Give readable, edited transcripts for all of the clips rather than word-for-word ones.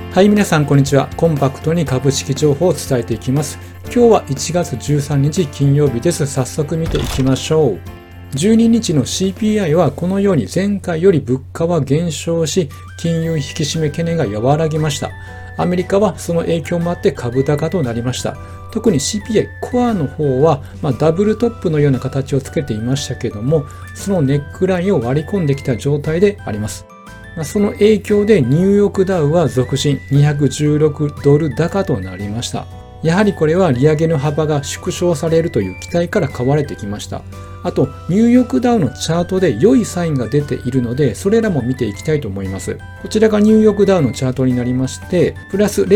はい、皆さんこんにちは。コンパクトに株式情報を伝えていきます。今日は1月13日金曜日です。早速見ていきましょう。12日の CPI はこのように前回より物価は減少し、金融引き締め懸念が和らぎました。アメリカはその影響もあって株高となりました。特に CPI コアの方は、ダブルトップのような形をつけていましたけども、そのネックラインを割り込んできた状態であります。その影響でニューヨークダウは続伸216ドル高となりました。やはりこれは利上げの幅が縮小されるという期待から買われてきました。あとニューヨークダウのチャートで良いサインが出ているので、それらも見ていきたいと思います。こちらがニューヨークダウのチャートになりまして、プラス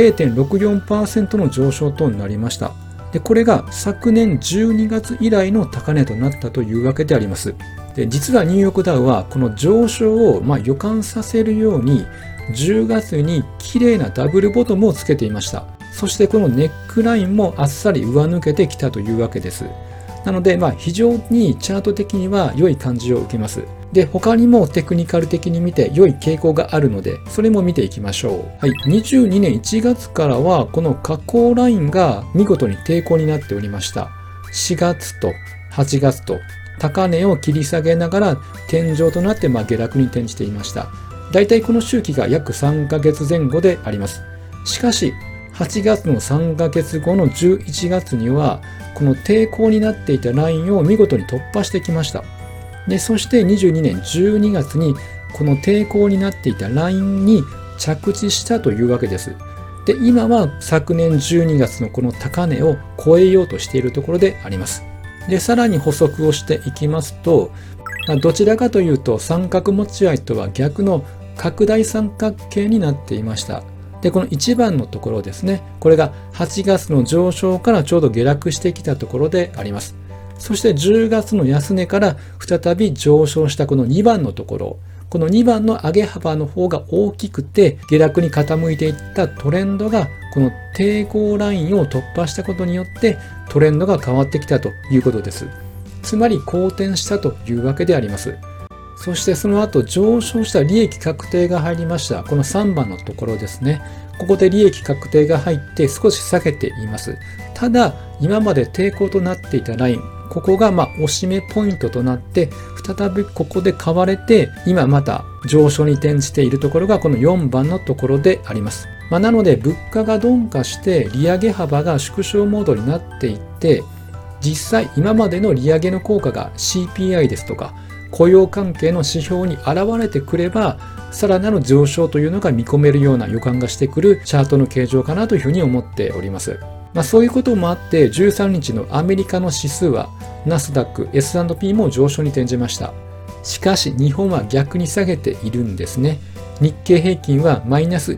0.64% の上昇となりました。で、これが昨年12月以来の高値となったというわけであります。で、実はニューヨークダウはこの上昇を予感させるように10月に綺麗なダブルボトムをつけていました。そしてこのネックラインもあっさり上抜けてきたというわけです。なので非常にチャート的には良い感じを受けます。で、他にもテクニカル的に見て良い傾向があるので、それも見ていきましょう。はい、22年1月からはこの下降ラインが見事に抵抗になっておりました。4月と8月と高値を切り下げながら天井となって下落に転じていました。だいたいこの周期が約3ヶ月前後であります。しかし8月の3ヶ月後の11月にはこの抵抗になっていたラインを見事に突破してきました。で、そして22年12月にこの抵抗になっていたラインに着地したというわけです。で、今は昨年12月のこの高値を超えようとしているところであります。で、さらに補足をしていきますと、どちらかというと三角持ち合いとは逆の拡大三角形になっていました。で、この1番のところですね、これが8月の上昇からちょうど下落してきたところであります。そして10月の安値から再び上昇したこの2番のところ、この2番の上げ幅の方が大きくて下落に傾いていったトレンドがこの抵抗ラインを突破したことによってトレンドが変わってきたということです。つまり好転したというわけであります。そしてその後上昇した利益確定が入りました。この3番のところですね。ここで利益確定が入って少し下げています。ただ今まで抵抗となっていたライン、ここが押し目ポイントとなって再びここで買われて今また上昇に転じているところがこの4番のところであります。なので物価が鈍化して利上げ幅が縮小モードになっていって、実際今までの利上げの効果が CPI ですとか雇用関係の指標に現れてくれば、さらなる上昇というのが見込めるような予感がしてくるチャートの形状かなというふうに思っております。そういうこともあって13日のアメリカの指数はナスダック、S&P も上昇に転じました。しかし日本は逆に下げているんですね。日経平均はマイナス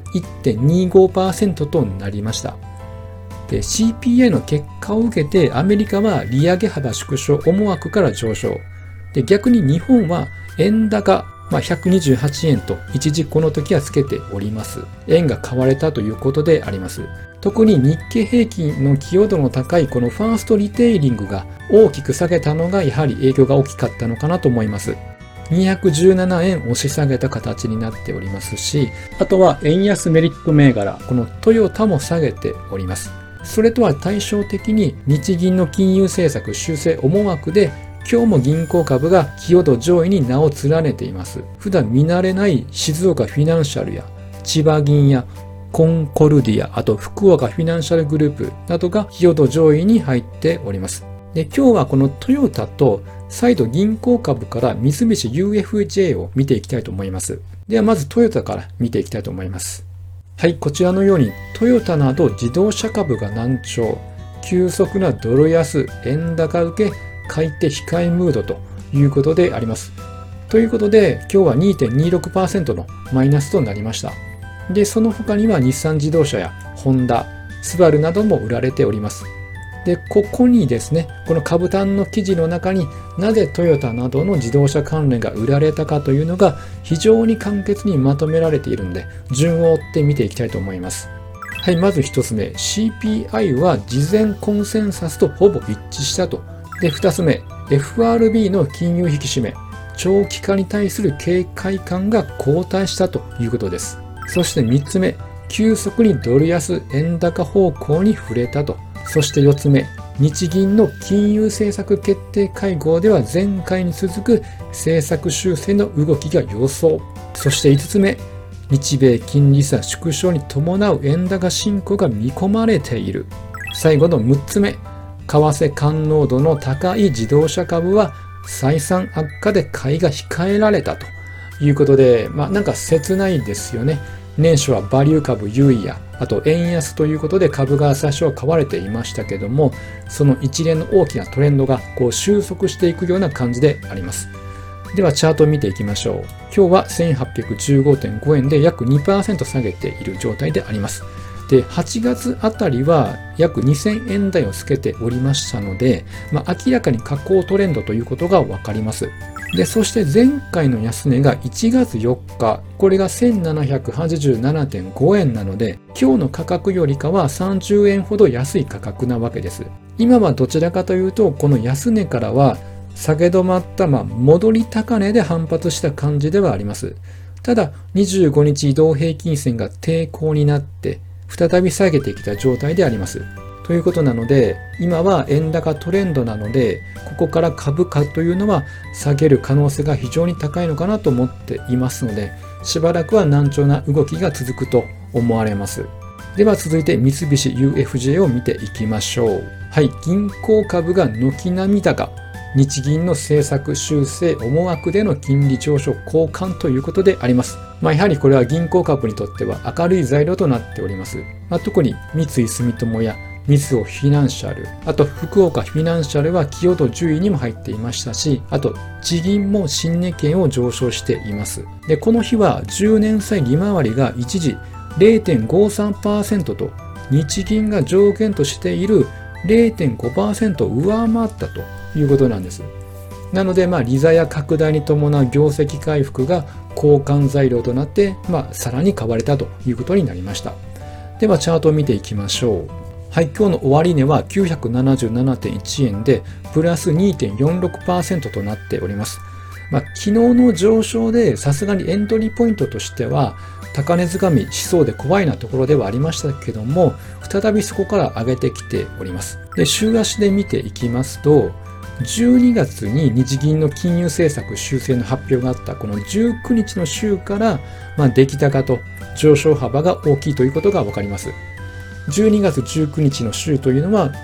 1.25% となりました。で、CPI の結果を受けてアメリカは利上げ幅縮小思惑から上昇。で、逆に日本は円高、128円と一時この時はつけております。円が買われたということであります。特に日経平均の寄与度の高いこのファーストリテイリングが大きく下げたのがやはり影響が大きかったのかなと思います。217円押し下げた形になっておりますし、あとは円安メリット銘柄、このトヨタも下げております。それとは対照的に日銀の金融政策修正思惑で今日も銀行株が寄与度上位に名を連ねています。普段見慣れない静岡フィナンシャルや千葉銀やコンコルディア、あと福岡フィナンシャルグループなどが寄与度上位に入っております。で、今日はこのトヨタと再度銀行株から三菱 UFJ を見ていきたいと思います。ではまずトヨタから見ていきたいと思います。はい、こちらのようにトヨタなど自動車株が難聴、急速なドル安、円高受け、買い手控えムードということであります。ということで今日は 2.26% のマイナスとなりました。で、その他には日産自動車やホンダ、スバルなども売られております。で、ここにですね、この株単の記事の中になぜトヨタなどの自動車関連が売られたかというのが非常に簡潔にまとめられているので、順を追って見ていきたいと思います。はい、まず一つ目、CPI は事前コンセンサスとほぼ一致したと。で、二つ目、FRB の金融引き締め、長期化に対する警戒感が後退したということです。そして3つ目、 急速にドル安円高方向に触れたと。そして4つ目、日銀の金融政策決定会合では前回に続く政策修正の動きが予想。そして5つ目、日米金利差縮小に伴う円高進行が見込まれている。最後の6つ目、為替感濃度の高い自動車株は採算悪化で買いが控えられたということで、なんか切ないですよね。年初はバリュー株優位や、あと円安ということで株が最初は買われていましたけども、その一連の大きなトレンドが収束していくような感じであります。ではチャートを見ていきましょう。今日は 1815.5 円で約 2% 下げている状態であります。で、8月あたりは約2000円台をつけておりましたので、明らかに下降トレンドということがわかります。で、そして前回の安値が1月4日、これが 1787.5 円なので、今日の価格よりかは30円ほど安い価格なわけです。今はどちらかというと、この安値からは下げ止まった、戻り高値で反発した感じではあります。ただ、25日移動平均線が抵抗になって、再び下げてきた状態であります。ということなので、今は円高トレンドなので、ここから株価というのは下げる可能性が非常に高いのかなと思っていますので、しばらくは軟調な動きが続くと思われます。では続いて三菱 UFJ を見ていきましょう。はい、銀行株が軒並み高。日銀の政策修正思惑での金利上昇交換ということであります。やはりこれは銀行株にとっては明るい材料となっております。特に三井住友やみずほフィナンシャル、あと福岡フィナンシャルは寄与度10位にも入っていましたし、あと地銀も新値圏を上昇しています。で、この日は10年債利回りが一時 0.53% と日銀が上限としている 0.5% を上回ったということなんです。なので、利差や拡大に伴う業績回復が交換材料となって、さらに買われたということになりました。ではチャートを見ていきましょう。はい、今日の終値は 977.1 円でプラス 2.46% となっております。昨日の上昇でさすがにエントリーポイントとしては高値掴みしそうで怖いなところではありましたけども、再びそこから上げてきております。で、週足で見ていきますと、12月に日銀の金融政策修正の発表があったこの19日の週から、出来高と上昇幅が大きいということがわかります。12月19日の週というのは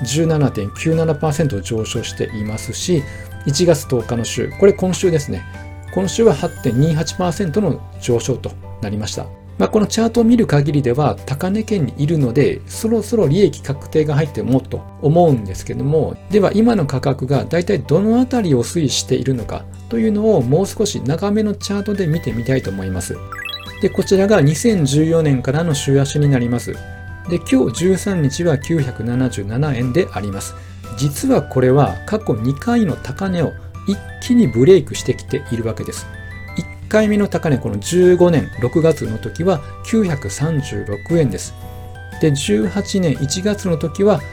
17.97% 上昇していますし、1月10日の週、これ今週ですね。今週は 8.28% の上昇となりました。このチャートを見る限りでは高値圏にいるので、そろそろ利益確定が入ってもと思うんですけども、では今の価格がだいたいどのあたりを推移しているのかというのをもう少し長めのチャートで見てみたいと思います。で、こちらが2014年からの週足になります。で、今日13日は977円であります。実はこれは過去2回の高値を一気にブレイクしてきているわけです。1回目の高値、この15年6月の時は936円です。で、18年1月の時は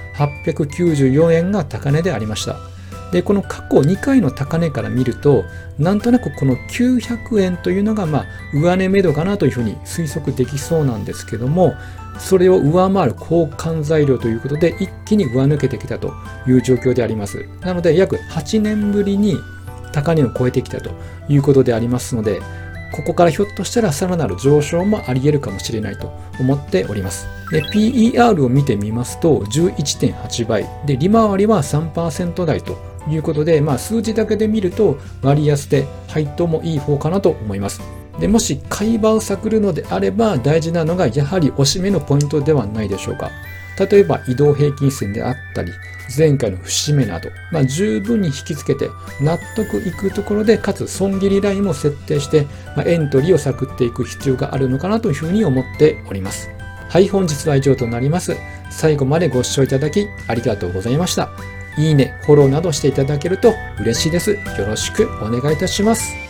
894円が高値でありました。で、この過去2回の高値から見ると、なんとなくこの900円というのが上値目処かなというふうに推測できそうなんですけども、それを上回る交換材料ということで一気に上抜けてきたという状況であります。なので約8年ぶりに高値を超えてきたということでありますので、ここからひょっとしたらさらなる上昇もあり得るかもしれないと思っております。で、PER を見てみますと 11.8 倍で利回りは 3% 台ということで、数字だけで見ると割安で配当もいい方かなと思います。で、もし買い場を探るのであれば大事なのがやはり押し目のポイントではないでしょうか。例えば移動平均線であったり前回の節目など、十分に引き付けて納得いくところで、かつ損切りラインも設定して、エントリーを探っていく必要があるのかなというふうに思っております。はい、本日は以上となります。最後までご視聴いただきありがとうございました。いいね、フォローなどしていただけると嬉しいです。よろしくお願いいたします。